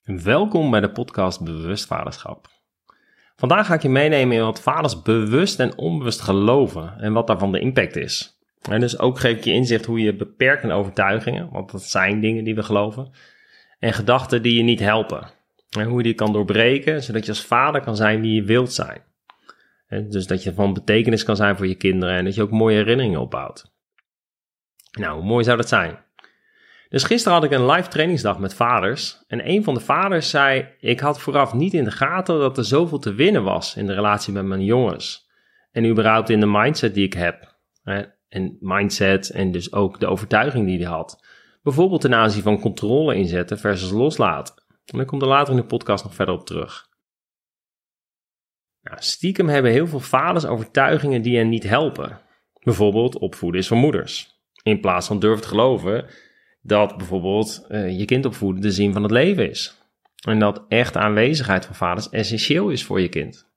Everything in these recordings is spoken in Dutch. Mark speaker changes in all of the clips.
Speaker 1: Welkom bij de podcast Bewust Vaderschap. Vandaag ga ik je meenemen in wat vaders bewust en onbewust geloven en wat daarvan de impact is. En dus ook geef ik je inzicht hoe je beperkende overtuigingen, want dat zijn dingen die we geloven, en gedachten die je niet helpen. En hoe je die kan doorbreken, zodat je als vader kan zijn wie je wilt zijn. En dus dat je van betekenis kan zijn voor je kinderen en dat je ook mooie herinneringen opbouwt. Nou, hoe mooi zou dat zijn? Dus gisteren had ik een live trainingsdag met vaders en een van de vaders zei, ik had vooraf niet in de gaten dat er zoveel te winnen was in de relatie met mijn jongens. En überhaupt in de mindset die ik heb. En mindset en dus ook de overtuiging die hij had. Bijvoorbeeld ten aanzien van controle inzetten versus loslaten. En ik kom er later in de podcast nog verder op terug. Nou, stiekem hebben heel veel vaders overtuigingen die hen niet helpen. Bijvoorbeeld opvoeden is voor moeders. In plaats van durven te geloven dat bijvoorbeeld je kind opvoeden de zin van het leven is. En dat echt aanwezigheid van vaders essentieel is voor je kind.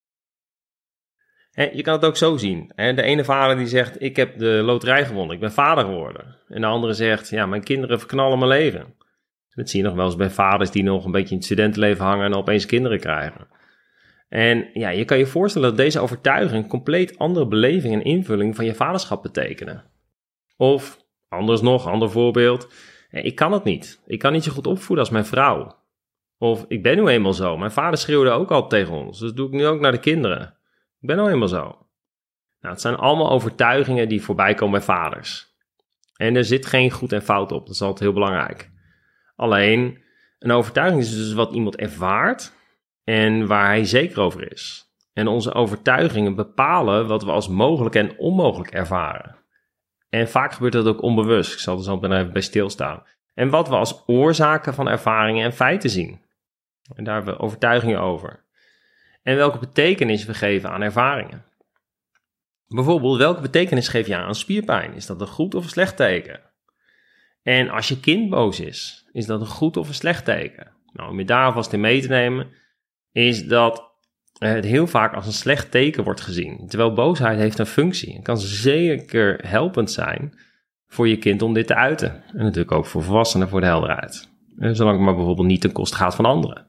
Speaker 1: En je kan het ook zo zien. De ene vader die zegt, ik heb de loterij gewonnen, ik ben vader geworden. En de andere zegt, ja, mijn kinderen verknallen mijn leven. Dat zie je nog wel eens bij vaders die nog een beetje in het studentenleven hangen en opeens kinderen krijgen. En ja, je kan je voorstellen dat deze overtuiging een compleet andere beleving en invulling van je vaderschap betekenen. Of, anders nog, ander voorbeeld, ik kan het niet. Ik kan niet zo goed opvoeden als mijn vrouw. Of, ik ben nu eenmaal zo. Mijn vader schreeuwde ook al tegen ons, dus dat doe ik nu ook naar de kinderen. Ik ben nou eenmaal zo. Nou, het zijn allemaal overtuigingen die voorbij komen bij vaders. En er zit geen goed en fout op, dat is altijd heel belangrijk. Alleen, een overtuiging is dus wat iemand ervaart en waar hij zeker over is. En onze overtuigingen bepalen wat we als mogelijk en onmogelijk ervaren. En vaak gebeurt dat ook onbewust. Ik zal er zo even bij stilstaan. En wat we als oorzaken van ervaringen en feiten zien. En daar hebben we overtuigingen over. En welke betekenis we geven aan ervaringen. Bijvoorbeeld, welke betekenis geef je aan spierpijn? Is dat een goed of een slecht teken? En als je kind boos is dat een goed of een slecht teken? Nou, om je daar alvast in mee te nemen, is dat het heel vaak als een slecht teken wordt gezien. Terwijl boosheid heeft een functie en kan zeker helpend zijn voor je kind om dit te uiten. En natuurlijk ook voor volwassenen voor de helderheid. Zolang het maar bijvoorbeeld niet ten koste gaat van anderen.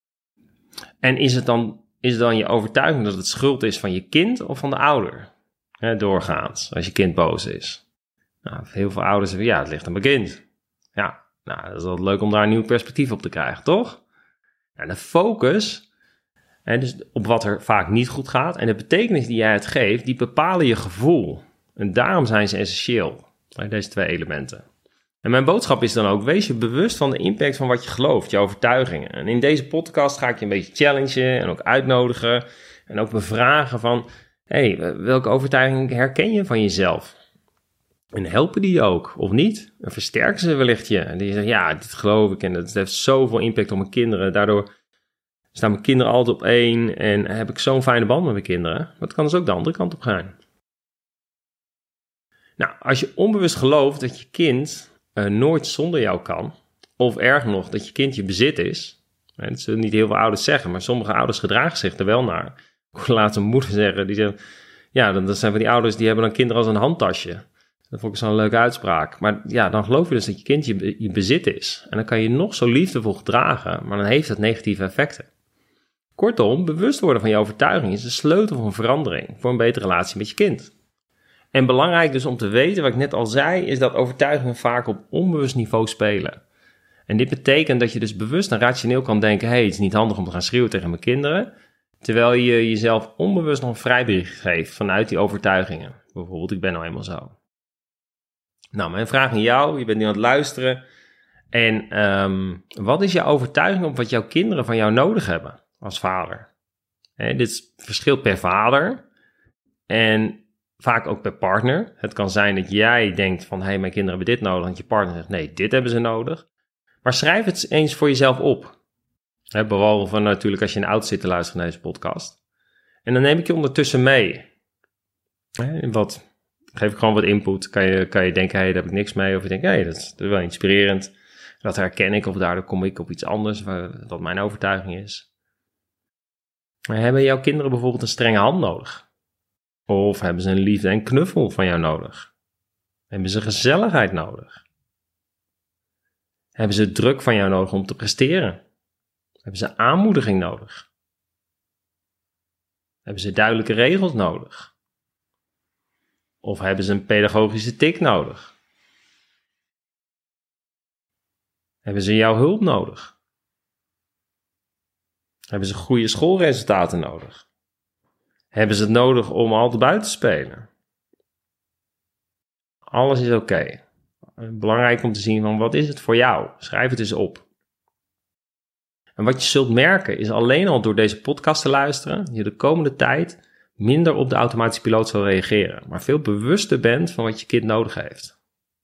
Speaker 1: En is het dan je overtuiging dat het schuld is van je kind of van de ouder? Doorgaans, als je kind boos is. Nou, heel veel ouders zeggen, ja, het ligt aan mijn kind. Ja, nou, dat is wel leuk om daar een nieuw perspectief op te krijgen, toch? En de focus, dus op wat er vaak niet goed gaat en de betekenis die jij het geeft, die bepalen je gevoel. En daarom zijn ze essentieel, deze twee elementen. En mijn boodschap is dan ook, wees je bewust van de impact van wat je gelooft, je overtuigingen. En in deze podcast ga ik je een beetje challengen en ook uitnodigen en ook bevragen van, welke overtuiging herken je van jezelf? En helpen die je ook, of niet? En versterken ze wellicht je? En die zeggen, ja, dit geloof ik en dat heeft zoveel impact op mijn kinderen. Daardoor staan mijn kinderen altijd op één en heb ik zo'n fijne band met mijn kinderen. Maar het kan dus ook de andere kant op gaan. Nou, als je onbewust gelooft dat je kind nooit zonder jou kan, of erger nog, dat je kind je bezit is. Dat zullen niet heel veel ouders zeggen, maar sommige ouders gedragen zich er wel naar. Ik hoorde laatst een moeder zeggen, die zegt, ja, dat zijn van die ouders die hebben dan kinderen als een handtasje. Dat vond ik zo'n leuke uitspraak. Maar ja, dan geloof je dus dat je kind je bezit is. En dan kan je nog zo liefdevol gedragen, maar dan heeft het negatieve effecten. Kortom, bewust worden van je overtuiging is de sleutel voor een verandering, voor een betere relatie met je kind. En belangrijk dus om te weten, wat ik net al zei, is dat overtuigingen vaak op onbewust niveau spelen. En dit betekent dat je dus bewust en rationeel kan denken, het is niet handig om te gaan schreeuwen tegen mijn kinderen, terwijl je jezelf onbewust nog een vrijbrief geeft vanuit die overtuigingen. Bijvoorbeeld, ik ben nou eenmaal zo. Nou, mijn vraag aan jou, je bent nu aan het luisteren. En wat is jouw overtuiging op wat jouw kinderen van jou nodig hebben als vader? Dit verschilt per vader en vaak ook per partner. Het kan zijn dat jij denkt van, mijn kinderen hebben dit nodig. En je partner zegt, nee, dit hebben ze nodig. Maar schrijf het eens voor jezelf op. Behalve natuurlijk als je in de auto zit te luisteren naar deze podcast. En dan neem ik je ondertussen mee. Geef ik gewoon wat input. Kan je denken, daar heb ik niks mee. Of je denkt, dat is wel inspirerend. Dat herken ik of daardoor kom ik op iets anders. Wat mijn overtuiging is. Hebben jouw kinderen bijvoorbeeld een strenge hand nodig? Of hebben ze een liefde en knuffel van jou nodig? Hebben ze gezelligheid nodig? Hebben ze druk van jou nodig om te presteren? Hebben ze aanmoediging nodig? Hebben ze duidelijke regels nodig? Of hebben ze een pedagogische tik nodig? Hebben ze jouw hulp nodig? Hebben ze goede schoolresultaten nodig? Hebben ze het nodig om altijd buiten te spelen? Alles is oké. Belangrijk om te zien van wat is het voor jou? Schrijf het eens op. En wat je zult merken is alleen al door deze podcast te luisteren, je de komende tijd minder op de automatische piloot zal reageren, maar veel bewuster bent van wat je kind nodig heeft.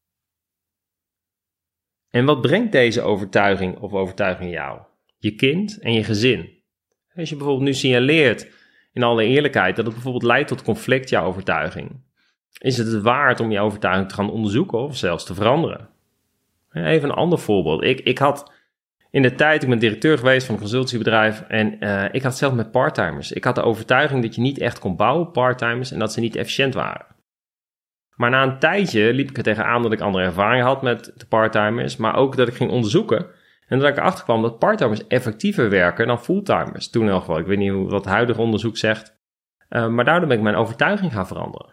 Speaker 1: En wat brengt deze overtuiging jou? Je kind en je gezin. Als je bijvoorbeeld nu signaleert, in alle eerlijkheid, dat het bijvoorbeeld leidt tot conflict, jouw overtuiging, is het waard om je overtuiging te gaan onderzoeken of zelfs te veranderen? Even een ander voorbeeld. Ik had in de tijd, ik ben directeur geweest van een consultiebedrijf en ik had zelf met parttimers. Ik had de overtuiging dat je niet echt kon bouwen op parttimers en dat ze niet efficiënt waren. Maar na een tijdje liep ik er tegenaan dat ik andere ervaring had met de parttimers, maar ook dat ik ging onderzoeken en dat ik erachter kwam dat parttimers effectiever werken dan fulltimers. Toen in elk geval, ik weet niet wat het huidige onderzoek zegt, maar daardoor ben ik mijn overtuiging gaan veranderen.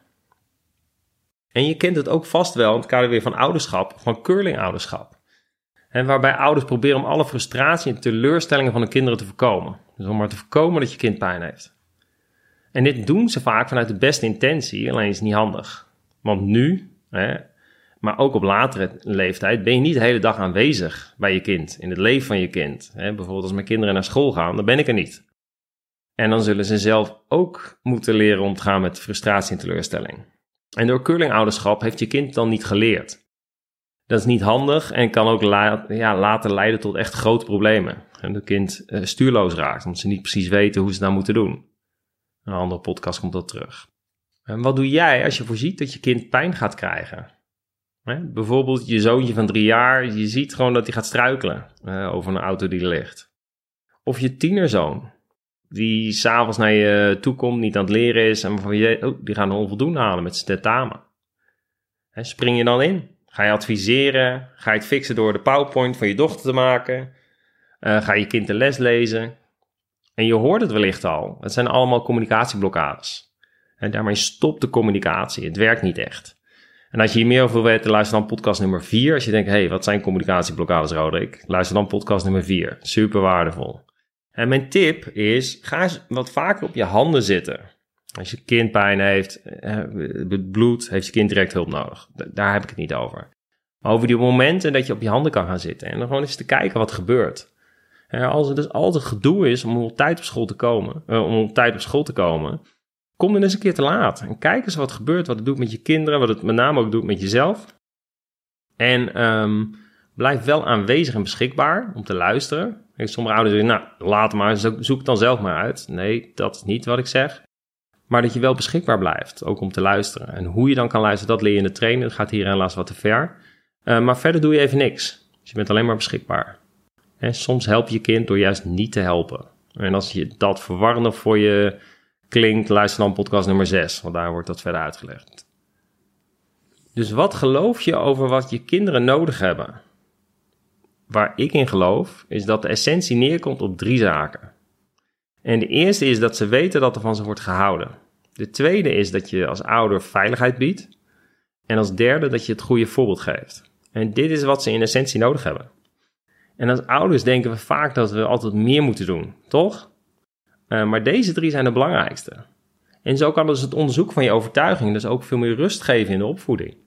Speaker 1: En je kent het ook vast wel in het kader weer van ouderschap, van curling-ouderschap. En waarbij ouders proberen om alle frustratie en teleurstellingen van hun kinderen te voorkomen. Dus om maar te voorkomen dat je kind pijn heeft. En dit doen ze vaak vanuit de beste intentie, alleen is het niet handig. Want nu, maar ook op latere leeftijd, ben je niet de hele dag aanwezig bij je kind, in het leven van je kind. Bijvoorbeeld als mijn kinderen naar school gaan, dan ben ik er niet. En dan zullen ze zelf ook moeten leren om te gaan met frustratie en teleurstelling. En door curling-ouderschap heeft je kind dan niet geleerd. Dat is niet handig en kan ook later leiden tot echt grote problemen. En het kind stuurloos raakt, omdat ze niet precies weten hoe ze het nou moeten doen. Een andere podcast komt dat terug. En wat doe jij als je voorziet dat je kind pijn gaat krijgen? Bijvoorbeeld je zoontje van 3 jaar, je ziet gewoon dat hij gaat struikelen over een auto die er ligt. Of je tienerzoon, die s'avonds naar je toe komt, niet aan het leren is en waarvan je die gaan een onvoldoende halen met zijn tentamen. Spring je dan in? Ga je adviseren? Ga je het fixen door de PowerPoint van je dochter te maken? Ga je kind de les lezen? En je hoort het wellicht al. Het zijn allemaal communicatieblokkades. En daarmee stopt de communicatie. Het werkt niet echt. En als je hier meer over wil weten, luister dan podcast nummer 4. Als je denkt, wat zijn communicatieblokkades, Roderick? Luister dan podcast nummer 4. Super waardevol. En mijn tip is, ga eens wat vaker op je handen zitten. Als je kind pijn heeft, het bloed, heeft je kind direct hulp nodig. Daar heb ik het niet over. Maar over die momenten dat je op je handen kan gaan zitten. En dan gewoon eens te kijken wat gebeurt. Als er dus altijd gedoe is om op tijd op school te komen, kom dan eens een keer te laat. En kijk eens wat gebeurt, wat het doet met je kinderen, wat het met name ook doet met jezelf. En blijf wel aanwezig en beschikbaar om te luisteren. Sommige ouders zeggen, laat maar, zoek het dan zelf maar uit. Nee, dat is niet wat ik zeg. Maar dat je wel beschikbaar blijft, ook om te luisteren. En hoe je dan kan luisteren, dat leer je in de training. Dat gaat hier helaas wat te ver. Maar verder doe je even niks. Dus je bent alleen maar beschikbaar. Soms help je kind door juist niet te helpen. En als je dat verwarrend voor je klinkt, luister dan podcast nummer 6. Want daar wordt dat verder uitgelegd. Dus wat geloof je over wat je kinderen nodig hebben? Waar ik in geloof, is dat de essentie neerkomt op 3 zaken. En de eerste is dat ze weten dat er van ze wordt gehouden. De tweede is dat je als ouder veiligheid biedt. En als derde dat je het goede voorbeeld geeft. En dit is wat ze in essentie nodig hebben. En als ouders denken we vaak dat we altijd meer moeten doen, toch? Maar deze 3 zijn de belangrijkste. En zo kan dus het onderzoek van je overtuiging dus ook veel meer rust geven in de opvoeding.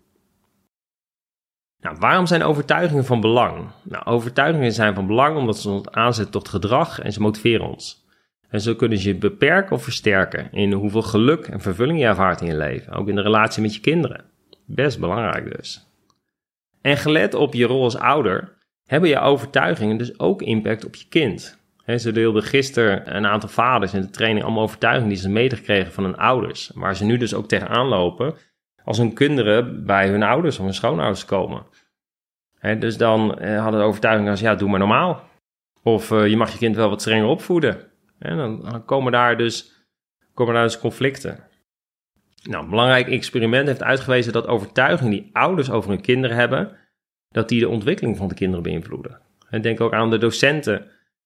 Speaker 1: Waarom zijn overtuigingen van belang? Overtuigingen zijn van belang omdat ze ons aanzetten tot gedrag en ze motiveren ons. En zo kunnen ze je beperken of versterken in hoeveel geluk en vervulling je ervaart in je leven. Ook in de relatie met je kinderen. Best belangrijk dus. En gelet op je rol als ouder, hebben je overtuigingen dus ook impact op je kind. Ze deelden gisteren een aantal vaders in de training allemaal overtuigingen die ze meegekregen van hun ouders. Waar ze nu dus ook tegenaan lopen als hun kinderen bij hun ouders of hun schoonouders komen. Dus dan hadden de overtuigingen als, doe maar normaal. Of je mag je kind wel wat strenger opvoeden. En dan komen daar dus conflicten. Een belangrijk experiment heeft uitgewezen dat overtuigingen die ouders over hun kinderen hebben, dat die de ontwikkeling van de kinderen beïnvloeden. En denk ook aan de docenten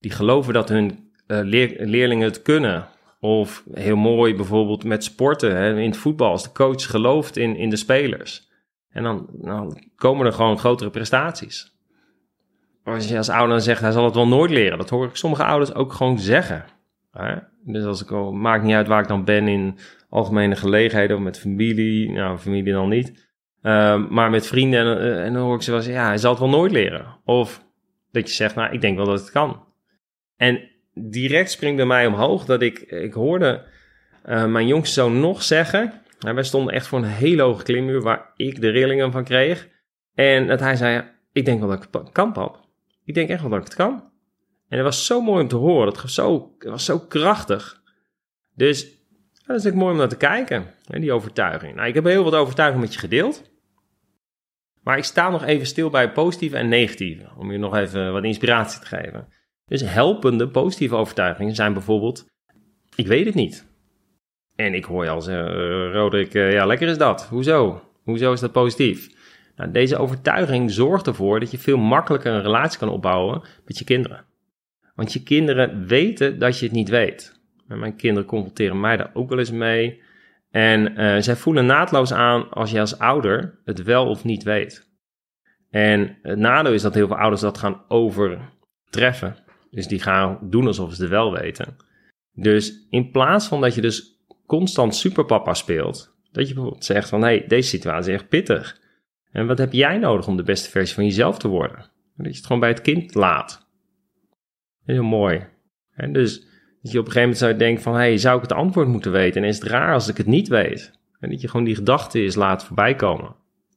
Speaker 1: die geloven dat hun leerlingen het kunnen. Of heel mooi bijvoorbeeld met sporten, hè, in het voetbal, als de coach gelooft in de spelers. En dan komen er gewoon grotere prestaties. Als je als ouder dan zegt, hij zal het wel nooit leren. Dat hoor ik sommige ouders ook gewoon zeggen. Hè? Dus als maakt niet uit waar ik dan ben in algemene gelegenheden of met familie. Nou, familie dan niet. Maar met vrienden en dan hoor ik ze wel zeggen, ja, hij zal het wel nooit leren. Of dat je zegt, nou, ik denk wel dat het kan. En direct springt bij mij omhoog dat ik hoorde mijn jongste zoon nog zeggen. Wij stonden echt voor een hele hoge klimmuur waar ik de rillingen van kreeg. En dat hij zei, ik denk wel dat ik het kan, pap. Ik denk echt wel dat ik het kan. En het was zo mooi om te horen. Het was zo krachtig. Dus dat is ook mooi om naar te kijken. Hè, die overtuiging. Nou, ik heb heel wat overtuiging met je gedeeld. Maar ik sta nog even stil bij positieve en negatieve. Om je nog even wat inspiratie te geven. Dus helpende positieve overtuigingen zijn bijvoorbeeld, ik weet het niet. En ik hoor je al zeggen, Roderick, ja, lekker is dat. Hoezo? Hoezo is dat positief? Nou, deze overtuiging zorgt ervoor dat je veel makkelijker een relatie kan opbouwen met je kinderen. Want je kinderen weten dat je het niet weet. En mijn kinderen confronteren mij daar ook wel eens mee. En zij voelen naadloos aan als je als ouder het wel of niet weet. En het nadeel is dat heel veel ouders dat gaan overtreffen. Dus die gaan doen alsof ze het wel weten. Dus in plaats van dat je dus constant superpapa speelt, dat je bijvoorbeeld zegt van, hey, deze situatie is echt pittig. En wat heb jij nodig om de beste versie van jezelf te worden? Dat je het gewoon bij het kind laat. Heel mooi. En dus dat je op een gegeven moment zou denken van, hey, zou ik het antwoord moeten weten? En is het raar als ik het niet weet? En dat je gewoon die gedachte eens laat voorbij komen.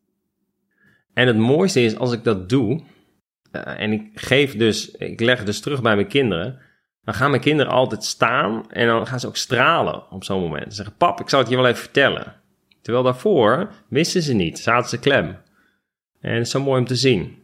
Speaker 1: En het mooiste is, als ik dat doe, en ik leg dus terug bij mijn kinderen, dan gaan mijn kinderen altijd staan en dan gaan ze ook stralen op zo'n moment. Ze zeggen, pap, ik zal het je wel even vertellen. Terwijl daarvoor wisten ze niet, zaten ze klem. En het is zo mooi om te zien.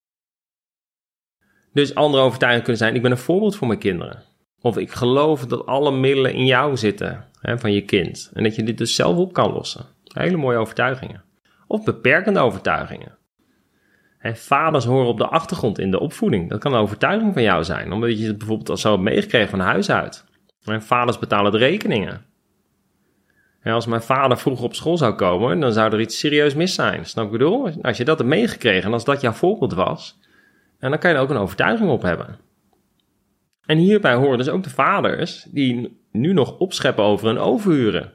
Speaker 1: Dus andere overtuigingen kunnen zijn, ik ben een voorbeeld voor mijn kinderen. Of ik geloof dat alle middelen in jou zitten, hè, van je kind. En dat je dit dus zelf op kan lossen. Hele mooie overtuigingen. Of beperkende overtuigingen. En vaders horen op de achtergrond in de opvoeding. Dat kan een overtuiging van jou zijn. Omdat je het bijvoorbeeld al zo hebt meegekregen van huis uit. En vaders betalen de rekeningen. En als mijn vader vroeg op school zou komen, dan zou er iets serieus mis zijn. Snap ik bedoel? Als je dat hebt meegekregen en als dat jouw voorbeeld was, en dan kan je er ook een overtuiging op hebben. En hierbij horen dus ook de vaders die nu nog opscheppen over een overhuren.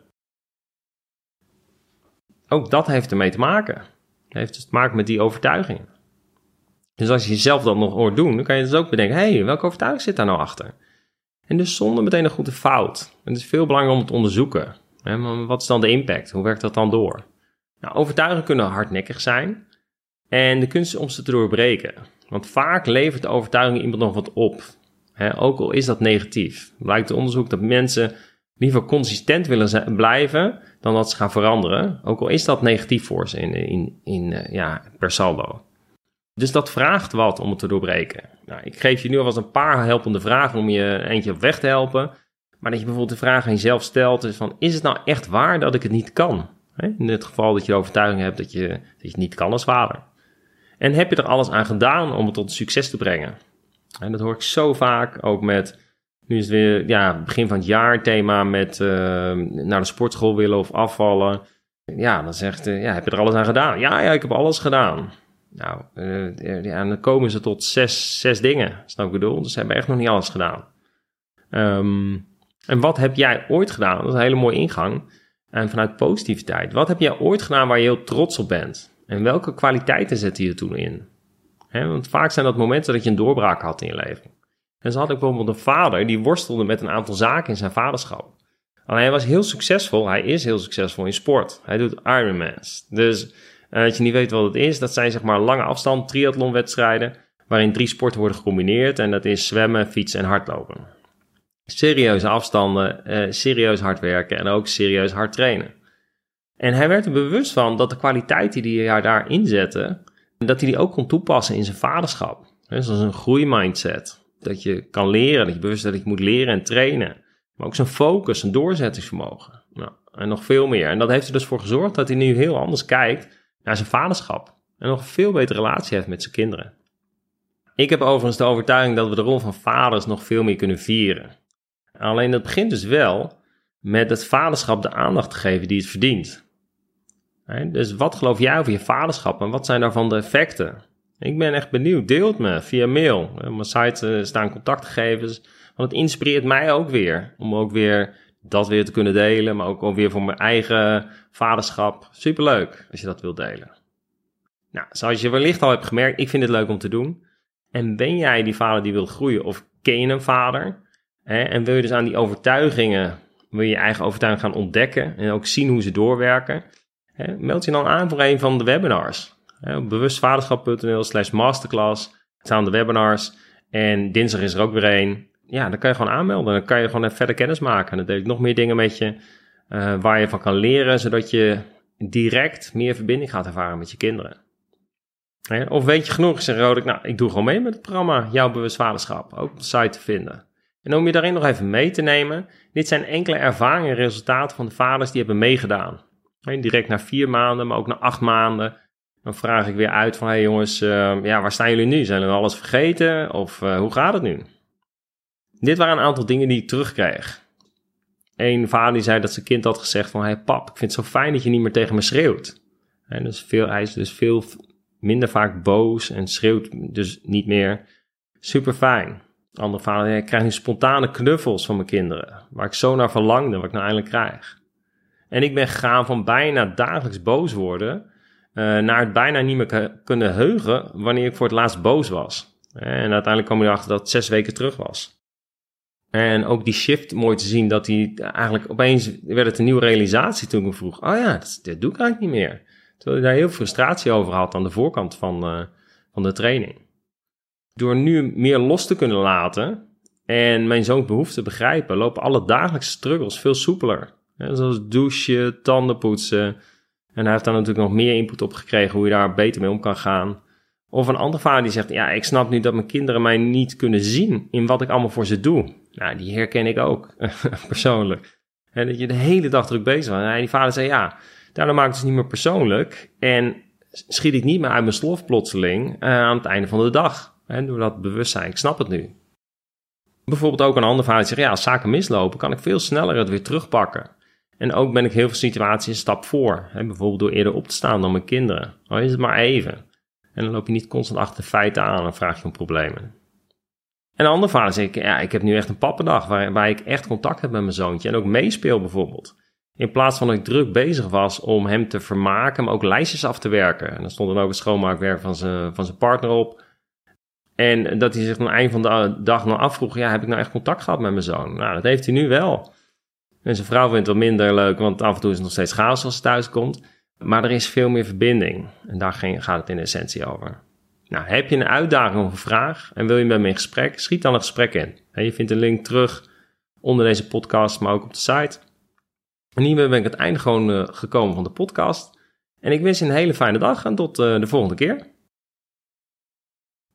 Speaker 1: Ook dat heeft ermee te maken. Het heeft dus te maken met die overtuigingen. Dus als je jezelf dat nog hoort doen, dan kan je dus ook bedenken, hé, welke overtuiging zit daar nou achter? En dus zonder meteen een goede fout. Het is veel belangrijker om het te onderzoeken. Maar wat is dan de impact? Hoe werkt dat dan door? Nou, overtuigingen kunnen hardnekkig zijn. En de kunst is om ze te doorbreken. Want vaak levert de overtuiging iemand nog wat op. Ook al is dat negatief. Blijkt uit onderzoek dat mensen liever consistent willen blijven dan dat ze gaan veranderen. Ook al is dat negatief voor ze per saldo. Dus dat vraagt wat om het te doorbreken. Nou, ik geef je nu alvast een paar helpende vragen om je eentje op weg te helpen. Maar dat je bijvoorbeeld de vraag aan jezelf stelt is van, is het nou echt waar dat ik het niet kan? In het geval dat je de overtuiging hebt dat je het niet kan als vader. En heb je er alles aan gedaan om het tot succes te brengen? En dat hoor ik zo vaak, ook met, nu is het weer begin van het jaar thema met naar de sportschool willen of afvallen. Ja, dan zegt, heb je er alles aan gedaan? Ja, ik heb alles gedaan. Nou, en dan komen ze tot zes dingen, snap ik bedoel? Dus ze hebben echt nog niet alles gedaan. En wat heb jij ooit gedaan? Dat is een hele mooie ingang. En vanuit positiviteit. Wat heb jij ooit gedaan waar je heel trots op bent? En welke kwaliteiten zette je toen in? Want vaak zijn dat momenten dat je een doorbraak had in je leven. En zo had ik bijvoorbeeld een vader die worstelde met een aantal zaken in zijn vaderschap. Alleen hij was heel succesvol. Hij is heel succesvol in sport. Hij doet Ironmans. Dus als je niet weet wat het is, dat zijn zeg maar lange afstand triathlonwedstrijden waarin 3 sporten worden gecombineerd. En dat is zwemmen, fietsen en hardlopen. Serieuze afstanden, serieus hard werken en ook serieus hard trainen. En hij werd er bewust van dat de kwaliteit die hij daar inzette, dat hij die ook kon toepassen in zijn vaderschap. Dus dat is een groeimindset. Dat je kan leren, dat je bewust dat je moet leren en trainen. Maar ook zijn focus, zijn doorzettingsvermogen. Nou, en nog veel meer. En dat heeft er dus voor gezorgd dat hij nu heel anders kijkt naar zijn vaderschap. En nog een veel betere relatie heeft met zijn kinderen. Ik heb overigens de overtuiging dat we de rol van vaders nog veel meer kunnen vieren. Alleen dat begint dus wel met het vaderschap de aandacht te geven die het verdient. Dus wat geloof jij over je vaderschap en wat zijn daarvan de effecten? Ik ben echt benieuwd, deel het me via mail. Op mijn site staan contactgegevens, want het inspireert mij ook weer. Om ook weer dat weer te kunnen delen, maar ook alweer voor mijn eigen vaderschap. Superleuk als je dat wilt delen. Nou, zoals je wellicht al hebt gemerkt, ik vind het leuk om te doen. En ben jij die vader die wil groeien of ken je een vader? En wil je dus aan die overtuigingen, wil je eigen overtuiging gaan ontdekken en ook zien hoe ze doorwerken? Meld je dan aan voor een van de webinars. Op bewustvaderschap.nl/masterclass staan de webinars. En dinsdag is er ook weer een. Ja, dan kan je gewoon aanmelden. Dan kan je gewoon even verder kennis maken. En dan deel ik nog meer dingen met je waar je van kan leren, zodat je direct meer verbinding gaat ervaren met je kinderen. Of weet je genoeg, zeg Roderick, nou, ik doe gewoon mee met het programma Jouw Bewust Vaderschap. Ook op de site te vinden. En om je daarin nog even mee te nemen, dit zijn enkele ervaringen en resultaten van de vaders die hebben meegedaan. Direct na 4 maanden, maar ook na 8 maanden. Dan vraag ik weer uit van, hey jongens, waar staan jullie nu? Zijn jullie alles vergeten? Of hoe gaat het nu? Dit waren een aantal dingen die ik terugkreeg. Een vader die zei dat zijn kind had gezegd van, hey pap, ik vind het zo fijn dat je niet meer tegen me schreeuwt. Hij is dus veel minder vaak boos en schreeuwt dus niet meer. Super fijn. Andere vader, ik krijg nu spontane knuffels van mijn kinderen, waar ik zo naar verlangde, wat ik nou eindelijk krijg. En ik ben gegaan van bijna dagelijks boos worden naar het bijna niet meer kunnen heugen wanneer ik voor het laatst boos was. En uiteindelijk kwam ik erachter dat het 6 weken terug was. En ook die shift mooi te zien dat hij eigenlijk opeens werd het een nieuwe realisatie toen ik me vroeg, oh ja, dat doe ik eigenlijk niet meer. Terwijl hij daar heel veel frustratie over had aan de voorkant van de training. Door nu meer los te kunnen laten en mijn zoons behoeften te begrijpen, lopen alle dagelijkse struggles veel soepeler. Zoals douchen, tanden poetsen. En hij heeft daar natuurlijk nog meer input op gekregen hoe je daar beter mee om kan gaan. Of een andere vader die zegt, ja, ik snap nu dat mijn kinderen mij niet kunnen zien in wat ik allemaal voor ze doe. Nou, die herken ik ook, persoonlijk. En dat je de hele dag druk bezig was. En die vader zei, ja, daardoor maak ik het dus niet meer persoonlijk. En schiet ik niet meer uit mijn slof plotseling aan het einde van de dag. Door dat bewustzijn, ik snap het nu. Bijvoorbeeld ook een andere vader die zegt, ja, als zaken mislopen, kan ik veel sneller het weer terugpakken. En ook ben ik heel veel situaties een stap voor. Bijvoorbeeld door eerder op te staan dan mijn kinderen. Al is het maar even. En dan loop je niet constant achter de feiten aan en vraag je om problemen. En een andere vader zegt, ja, ik heb nu echt een pappendag waarbij ik echt contact heb met mijn zoontje. En ook meespeel bijvoorbeeld. In plaats van dat ik druk bezig was om hem te vermaken, maar ook lijstjes af te werken. En dan stond dan ook het schoonmaakwerk van zijn partner op. En dat hij zich aan het eind van de dag nog afvroeg, ja, heb ik nou echt contact gehad met mijn zoon? Nou, dat heeft hij nu wel. En zijn vrouw vindt het wel minder leuk, want af en toe is het nog steeds chaos als ze thuis komt. Maar er is veel meer verbinding. En daar gaat het in essentie over. Nou, heb je een uitdaging of een vraag en wil je met me in gesprek? Schiet dan een gesprek in. En je vindt een link terug onder deze podcast, maar ook op de site. En hiermee ben ik aan het einde gewoon gekomen van de podcast. En ik wens je een hele fijne dag en tot de volgende keer.